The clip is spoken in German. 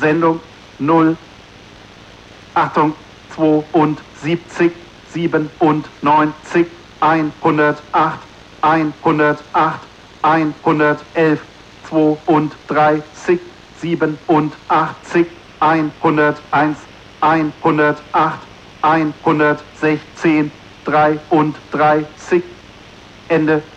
Sendung 0, Achtung, 72, 97, 108, 108, 111, 32, 87, 101, 108, 116, 33, Ende.